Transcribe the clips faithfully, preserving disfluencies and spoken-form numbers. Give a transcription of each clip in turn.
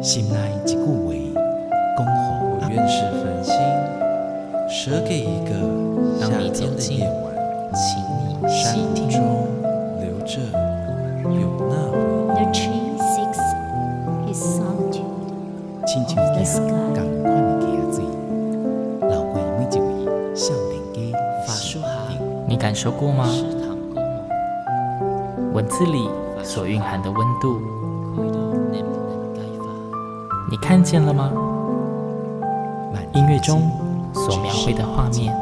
心内一句话，讲好我愿是繁星，舍给一个夏天的夜晚， 请你山细听。 中留着有那回 The tree seeks his solitude 亲像 of the 行 sky. 同款的溪水，流过每一位少年家法术行， 你感受过吗？ 食堂沟梦， 文字里所蕴含的温度， 开到你不能解法。 你看见了吗？ 慢音乐中所描绘的画面，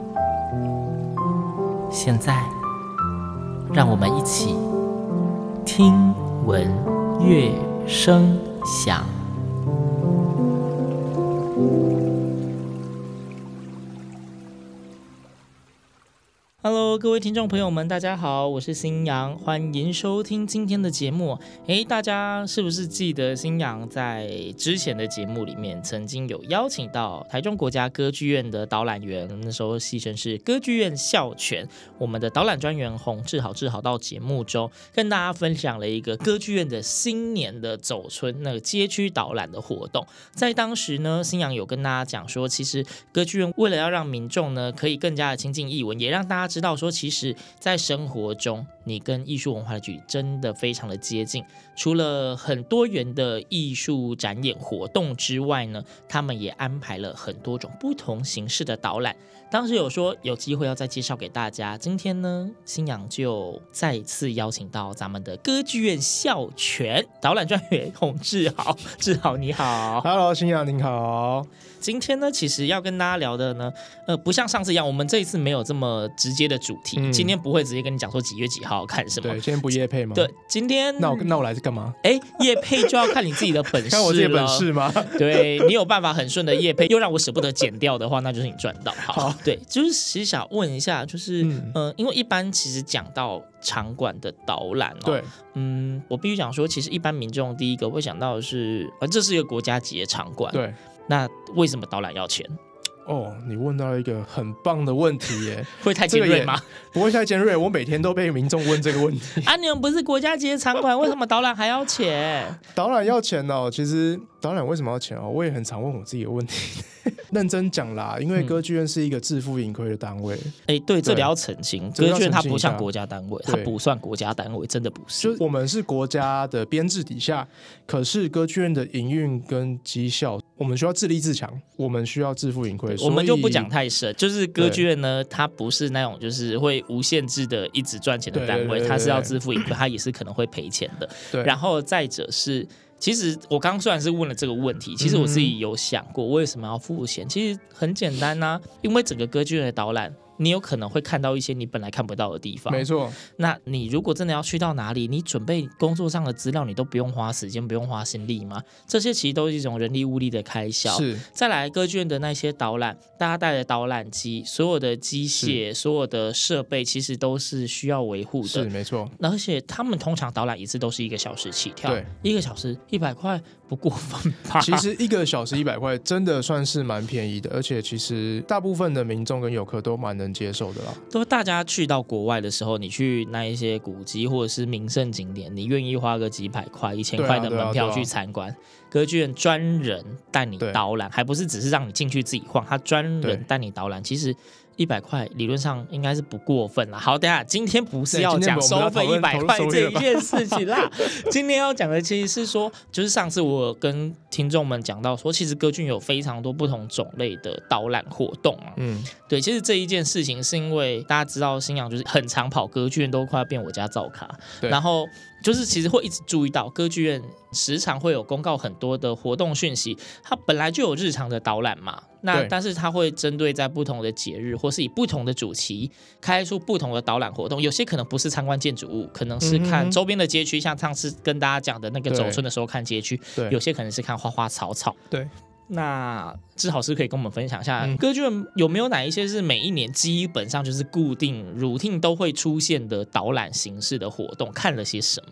现在让我们一起听闻乐声响。Hello， 各位听众朋友们，大家好，我是新阳，欢迎收听今天的节目。诶，大家是不是记得新阳在之前的节目里面曾经有邀请到台中国家歌剧院的导览员，那时候戏称是歌剧院校犬，我们的导览专员洪志豪志豪到节目中跟大家分享了一个歌剧院的新年的走春那个街区导览的活动。在当时呢，新阳有跟大家讲说，其实歌剧院为了要让民众呢可以更加的亲近艺文，也让大家知道说，其实在生活中你跟艺术文化的距离真的非常的接近。除了很多元的艺术展演活动之外呢，他们也安排了很多种不同形式的导览。当时有说有机会要再介绍给大家，今天呢，新阳就再次邀请到咱们的歌剧院校犬导览专员洪志豪。志豪你好。 Hello， 新阳您好。 今天呢，其实要跟大家聊的呢，呃，不像上次一样，我们这一次没有这么直接的主题。 嗯今天不会直接跟你讲说几月几号看什么。 对，今天不业配吗？ 对，今天那我那我来是干嘛？ 哎，业配就要看你自己的本事了。 看我自己的本事吗？ 对，你有办法很顺的业配，又让我舍不得剪掉的话，那就是你赚到。好， 好对，就是其实想问一下，就是嗯、 嗯呃，因为一般其实讲到场馆的导览哦， 对， 嗯，我必须讲说，其实一般民众第一个会想到的是，呃，这是一个国家级的场馆， 对。 那为什么导览要钱？ 哦，你问到一个很棒的问题耶， 会太尖锐吗？ 不会太尖锐，我每天都被民众问这个问题。 啊，你们不是国家级的场馆，为什么导览还要钱？ 导览要钱哦，其实导览为什么要钱哦？我也很常问我自己的问题。认真讲啦，因为歌剧院是一个自负盈亏的单位。 哎、对，这里要澄清， 这里要歌剧院它澄清一下不像国家单位，它对不算国家单位，真的不是。 就我们是国家的编制底下，可是歌剧院的营运跟绩效，我们需要自立自强，我们需要自负盈亏。 我们就不所以讲太深，就是歌剧院呢，它不是那种就是会无限制的一直赚钱的单位， 对对对对它是要自负盈亏，它也是可能会赔钱的。 对， 然后再者是，其实我刚刚虽然是问了这个问题，其实我自己有想过为什么要付钱。其实很简单啊，因为整个歌剧院的导览，你有可能会看到一些你本来看不到的地方。 没错， 那你如果真的要去到哪里，你准备工作上的资料，你都不用花时间，不用花心力吗？这些其实都是一种人力物力的开销。 是再来，歌剧院的那些导览，大家带的导览机，所有的机械、所有的设备，其实都是需要维护的。 是没错。 而且他们通常导览一次都是一个小时起跳， 对， 一个小时一百块不过分吧？ 其实一个小时一百块真的算是蛮便宜的，而且其实大部分的民众跟游客都蛮能接受的啦。 都大家去到国外的时候，你去那一些古迹或者是名胜景点，你愿意花个几百块、一千块的门票去参观，歌剧院专人带你导览，还不是只是让你进去自己晃，他专人带你导览，其实一百块理论上应该是不过分啦。好，等一下今天不是要讲收费一百块这一件事情啦，今天要讲的其实是说，就是上次我跟听众们讲到说，其实歌剧院有非常多不同种类的导览活动啊。 嗯， 对，其实这一件事情是因为大家知道新阳就是很常跑歌剧院，都快要变我家造卡，然后就是其实会一直注意到歌剧院时常会有公告很多的活动讯息，它本来就有日常的导览嘛，那但是它会针对在不同的节日或是以不同的主题开出不同的导览活动，有些可能不是参观建筑物，可能是看周边的街区，像上次跟大家讲的那个走春的时候看街区，有些可能是看花花草草。 对。 那志豪师可以跟我们分享一下，嗯、歌剧院有没有哪一些是每一年基本上就是固定 routine 都会出现的导览形式的活动？看了些什么？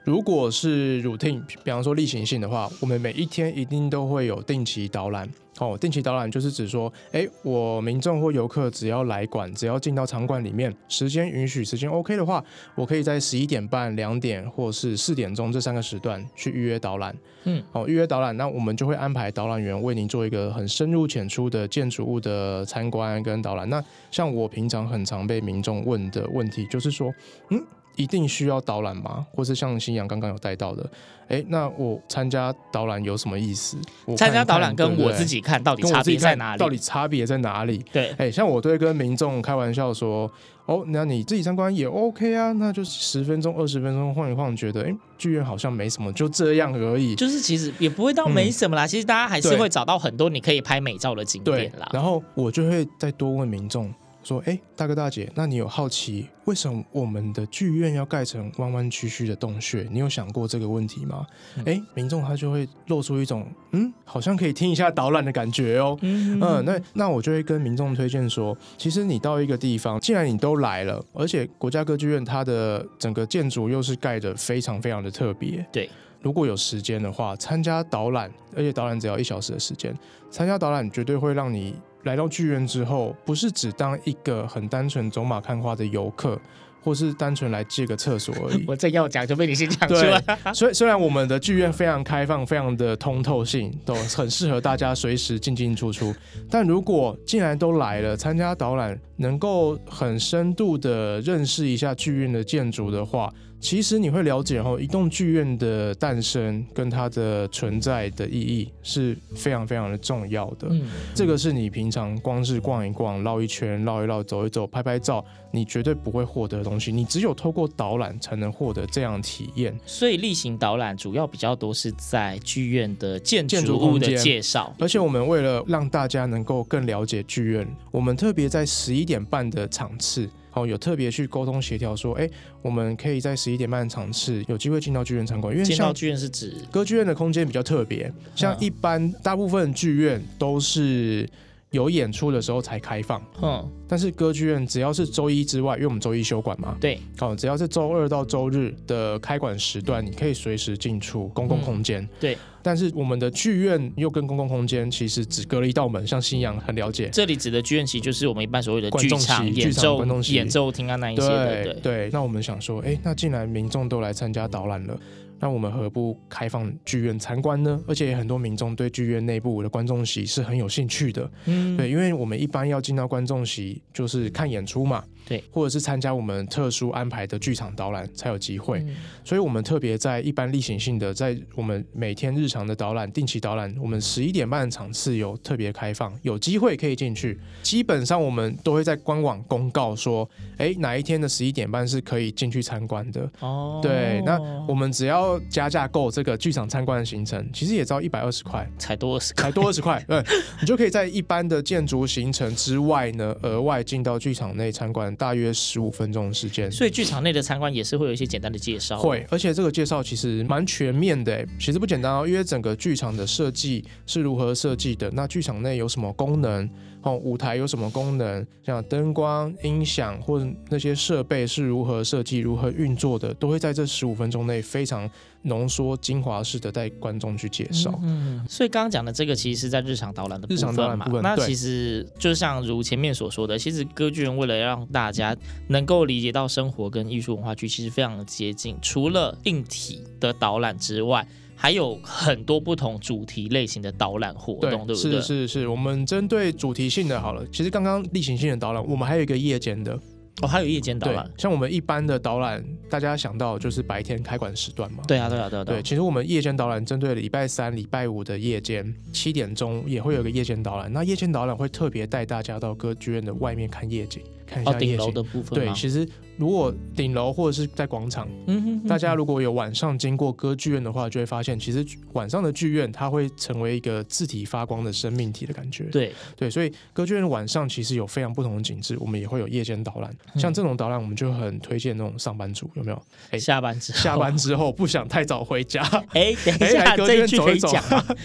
如果是 routine， 比方说例行性的话，我们每一天一定都会有定期导览。哦，定期导览就是指说，哎，我民众或游客只要来馆，只要进到场馆里面，时间允许，时间 OK 的话，我可以在十一点半、两点或是四点钟这三个时段去预约导览。嗯，哦，预约导览，那我们就会安排导览员为您做一个很深入浅出的建筑物的参观跟导览。那像我平常很常被民众问的问题，就是说，嗯。一定需要导览吗？或是像新阳刚刚有带到的，哎，那我参加导览有什么意思？ 参加导览跟我自己看到底差别在哪里？ 到底差别在哪里？ 对， 哎，像我都会跟民众开玩笑说，哦，那你自己参观也 OK 啊，那就十分钟、二十分钟晃一晃，觉得哎，剧院好像没什么，就这样而已。 就是其实也不会到没什么啦，嗯、其实大家还是会找到很多你可以拍美照的景点啦。 然后我就会再多问民众。说，哎，大哥大姐，那你有好奇为什么我们的剧院要盖成弯弯曲曲的洞穴？你有想过这个问题吗？哎、嗯，民众他就会露出一种嗯，好像可以听一下导览的感觉哦。嗯, 嗯，那那我就会跟民众推荐说，其实你到一个地方，既然你都来了，而且国家歌剧院它的整个建筑又是盖得非常非常的特别， 对。 如果有时间的话，参加导览，而且导览只要一小时的时间，参加导览绝对会让你来到剧院之后，不是只当一个很单纯走马看花的游客，或是单纯来借个厕所而已。 我正要讲，就被你先讲出来。 所以虽然我们的剧院非常开放，非常的通透性，都很适合大家随时进进出出，但如果既然都来了，参加导览，能够很深度的认识一下剧院的建筑的话，其实你会了解后，一栋剧院的诞生跟它的存在的意义是非常非常的重要的。嗯，这个是你平常光是逛一逛、绕一圈、绕一绕、走一走、拍拍照，你绝对不会获得的东西。你只有透过导览才能获得这样的体验。 所以例行导览主要比较多是在剧院的建筑物的介绍， 而且我们为了让大家能够更了解剧院，我们特别在十一点半的场次。哦，有特别去沟通协调说，哎，我们可以在十一点半的场次有机会进到剧院参观，因为进到剧院是指歌剧院的空间比较特别，像一般大部分剧院都是有演出的时候才开放，嗯，但是歌剧院只要是周一之外，因为我们周一休馆嘛， 对， 哦，只要是周二到周日的开馆时段，你可以随时进出公共空间，嗯、 对。 但是我们的剧院又跟公共空间其实只隔了一道门，像新阳很了解。 这里指的剧院其实就是我们一般所谓的剧场、演奏、演奏厅啊那一些的。 对 对, 对。那我们想说，哎，那既然民众都来参加导览了，那我们何不开放剧院参观呢？而且很多民众对剧院内部的观众席是很有兴趣的。嗯，对，因为我们一般要进到观众席就是看演出嘛。 对， 或者是参加我们特殊安排的剧场导览才有机会、嗯、所以我们特别在一般例行性的，在我们每天日常的导览、定期导览，我们十一点半的场次有特别开放，有机会可以进去。基本上我们都会在官网公告说，哎，哪一天的十一点半是可以进去参观的。哦，对，那我们只要加价购这个剧场参观的行程，其实也只要一百二十块， 才多二十块， 才多二十块，对，你就可以在一般的建筑行程之外呢，额外进到剧场内参观。大约十五分钟的时间， 所以剧场内的参观也是会有一些简单的介绍， 会，而且这个介绍其实蛮全面的，其实不简单哦，因为整个剧场的设计是如何设计的，那剧场内有什么功能，哦，舞台有什么功能，像灯光、音响或者那些设备是如何设计、如何运作的，都会在这十五分钟内非常浓缩、精华式的带观众去介绍。 嗯，嗯所以刚刚讲的这个其实是在日常导览的部分嘛， 日常导览部分。 那其实就像如前面所说的，其实歌剧院为了让大家能够理解到生活跟艺术文化剧其实非常的接近，除了硬体的导览之外，还有很多不同主题类型的导览活动， 对, 对不对？ 是是是，我们针对主题性的好了。其实刚刚例行性的导览，我们还有一个夜间的。 哦，还有夜间导览， 像我们一般的导览，大家想到就是白天开馆时段嘛。 对啊，对啊，对啊。对， 其实我们夜间导览针对礼拜三、礼拜五的夜间七点钟也会有一个夜间导览。那夜间导览会特别带大家到歌剧院的外面看夜景，看一下夜景。 哦，顶楼的部分吗？ 对，其实如果顶楼或者是在广场，嗯哼哼，大家如果有晚上经过歌剧院的话，就会发现其实晚上的剧院它会成为一个自体发光的生命体的感觉。 对对，所以歌剧院晚上其实有非常不同的景致，我们也会有夜间导览。嗯、像这种导览，我们就很推荐那种上班族，有没有？ 下班之后， 下班之后不想太早回家， 哎，等一下，这一句可以讲吗？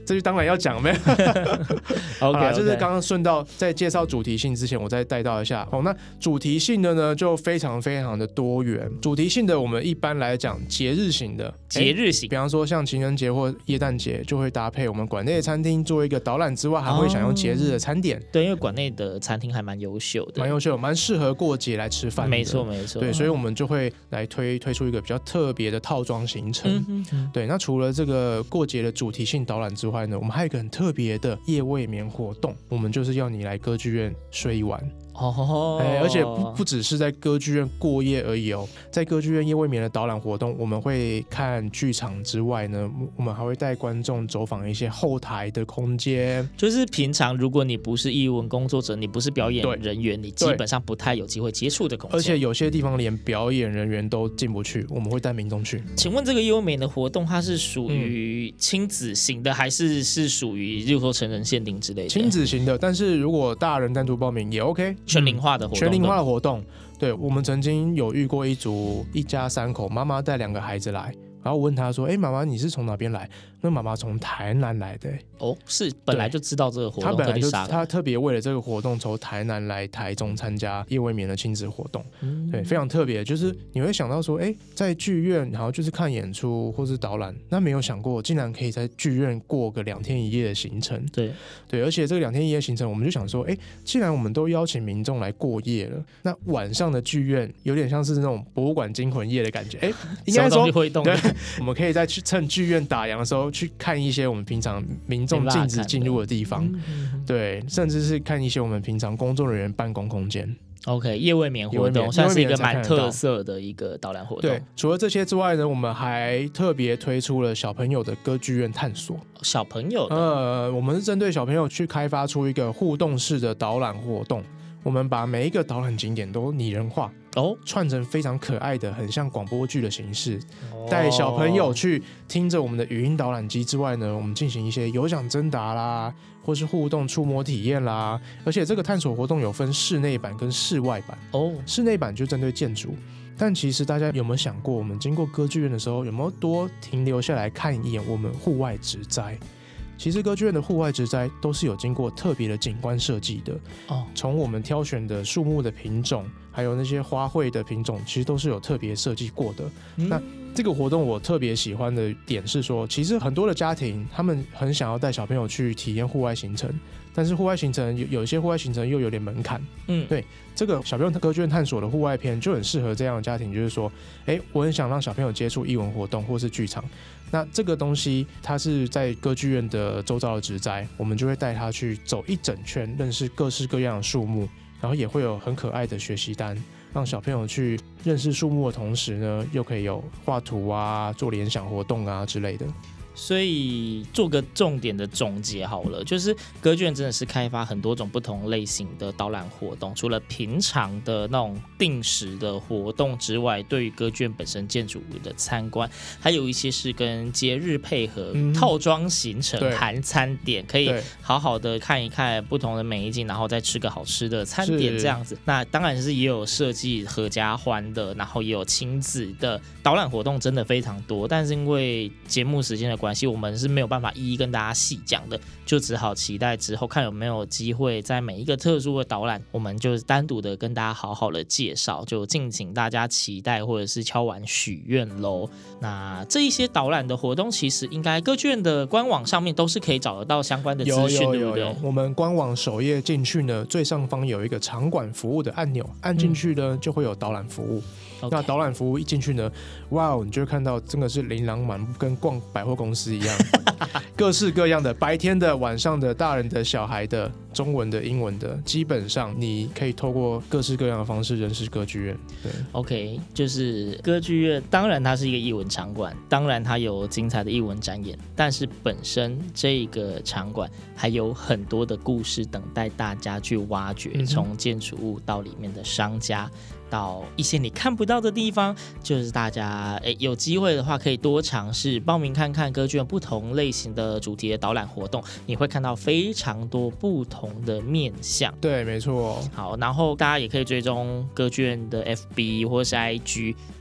这就当然要讲没有。好啦，就是刚刚顺道在介绍主题性之前，我再带到一下哦。那主题性的呢，就非常非常的多元。主题性的，我们一般来讲节日型的， 节日型， 比方说像情人节或耶诞节，就会搭配我们馆内的餐厅做一个导览之外，还会享用节日的餐点。哦、 对，因为馆内的餐厅还蛮优秀的， 蛮优秀，蛮适合过节来吃饭的。 没错没错。 对，所以我们就会来推推出一个比较特别的套装行程。嗯嗯嗯对，那除了这个过节的主题性导览之外呢，我们还有一个很特别的夜未眠活动，我们就是要你来歌剧院睡一晚。哦、欸，而且 不, 不只是在歌剧院过夜而已哦，在歌剧院夜未眠的导览活动，我们会看剧场之外呢，我们还会带观众走访一些后台的空间。 就是平常如果你不是艺文工作者，你不是表演人员，你基本上不太有机会接触的空间。 而且有些地方连表演人员都进不去，我们会带民众去。 请问这个夜未眠的活动，它是属于亲子型的，嗯、还是是属于，例如说成人限定之类的？ 亲子型的，但是如果大人单独报名也 OK。 全龄化的活动， 全龄化的活动，对，我们曾经有遇过一组一家三口，妈妈带两个孩子来，然后我问他说：“哎，妈妈，你是从哪边来？”那妈妈从台南来的。 哦，是本来就知道这个活动， 他本来就他特别为了这个活动从台南来台中参加夜未眠的亲子活动，嗯、对，非常特别。就是你会想到说，哎，在剧院，然后就是看演出或是导览，那没有想过竟然可以在剧院过个两天一夜的行程。 对对，而且这个两天一夜行程，我们就想说，哎，既然我们都邀请民众来过夜了，那晚上的剧院有点像是那种博物馆惊魂夜的感觉。哎，应该说，对，我们可以在去趁剧院打烊的时候去看一些我们平常民众禁止进入的地方，对，甚至是看一些我们平常工作人员办公空间。 OK， 夜未眠活动算是一个蛮特色的一个导览活动。 对，除了这些之外呢，我们还特别推出了小朋友的歌剧院探索。 小朋友的， 呃，我们是针对小朋友去开发出一个互动式的导览活动。我们把每一个导览景点都拟人化哦，串成非常可爱的，很像广播剧的形式，带小朋友去听着我们的语音导览机之外呢，我们进行一些有奖征答啦，或是互动触摸体验啦。而且这个探索活动有分室内版跟室外版哦，室内版就针对建筑。但其实大家有没有想过，我们经过歌剧院的时候，有没有多停留下来看一眼我们户外植栽？其实歌剧院的户外植栽都是有经过特别的景观设计的哦，从我们挑选的树木的品种，还有那些花卉的品种，其实都是有特别设计过的。嗯、那这个活动我特别喜欢的点是说，其实很多的家庭他们很想要带小朋友去体验户外行程，但是户外行程 有, 有一些户外行程又有点门槛。嗯，对，这个小朋友歌剧院探索的户外篇就很适合这样的家庭，就是说，哎，我很想让小朋友接触艺文活动或是剧场。那这个东西它是在歌剧院的周遭的植栽，我们就会带他去走一整圈，认识各式各样的树木，然后也会有很可爱的学习单，让小朋友去认识树木的同时呢，又可以有画图啊、做联想活动啊之类的。 所以做个重点的总结好了，就是歌剧院真的是开发很多种不同类型的导览活动，除了平常的那种定时的活动之外，对于歌剧院本身建筑物的参观，还有一些是跟节日配合、嗯、套装行程含餐点，可以好好的看一看不同的美景，然后再吃个好吃的餐点这样子。那当然是也有设计合家欢的，然后也有亲子的导览活动，真的非常多。但是因为节目时间的关系，关系，我们是没有办法一一跟大家细讲的，就只好期待之后看有没有机会在每一个特殊的导览，我们就单独的跟大家好好的介绍，就敬请大家期待或者是敲碗许愿咯。那这一些导览的活动，其实应该歌剧院的官网上面都是可以找得到相关的资讯，对不对？ 我们官网首页进去呢，最上方有一个场馆服务的按钮，按进去呢、嗯、就会有导览服务。Okay. 那导览服务一进去呢，哇，你就会看到真的是琳琅满目，跟逛百货公司一样，各式各样的，白天的、晚上的、大人的、小孩的、中文的、英文的，基本上你可以透过各式各样的方式认识歌剧院。对 ，OK， 就是歌剧院，当然它是一个艺文场馆，当然它有精彩的艺文展演，但是本身这个场馆还有很多的故事等待大家去挖掘，嗯、从建筑物到里面的商家。到一些你看不到的地方，就是大家诶有机会的话，可以多尝试报名看看歌剧院不同类型的主题的导览活动，你会看到非常多不同的面向。 对，没错。 好，然后大家也可以追踪歌剧院的 F B 或是 I G，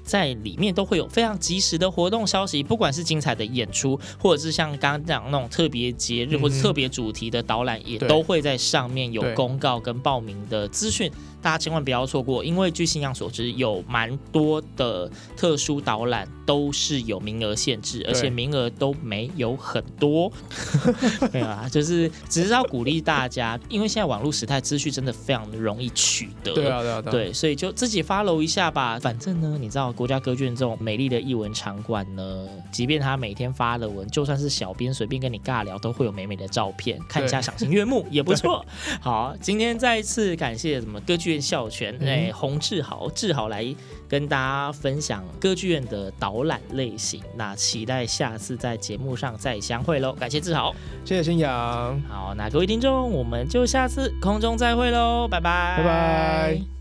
在里面都会有非常及时的活动消息，不管是精彩的演出，或者是像刚刚讲那种特别节日或者特别主题的导览，也都会在上面有公告跟报名的资讯，大家千万不要错过。因为据信仰所知，有蛮多的特殊导览都是有名额限制，而且名额都没有很多。对啊，就是只是要鼓励大家，因为现在网络时代资讯真的非常容易取得。 对啊，对啊，对啊， 对，所以就自己 follow 一下吧。反正呢，你知道国家歌剧院这种美丽的艺文场馆呢，即便他每天发的文，就算是小编随便跟你尬聊，都会有美美的照片，看一下赏心悦目也不错。好，今天再一次感谢什么歌剧院校权哎、嗯、洪志豪志豪来跟大家分享歌剧院的导览类型，那期待下次在节目上再相会喽。感谢志豪， 谢谢新阳。 好，那各位听众，我们就下次空中再会喽，拜拜， 拜拜。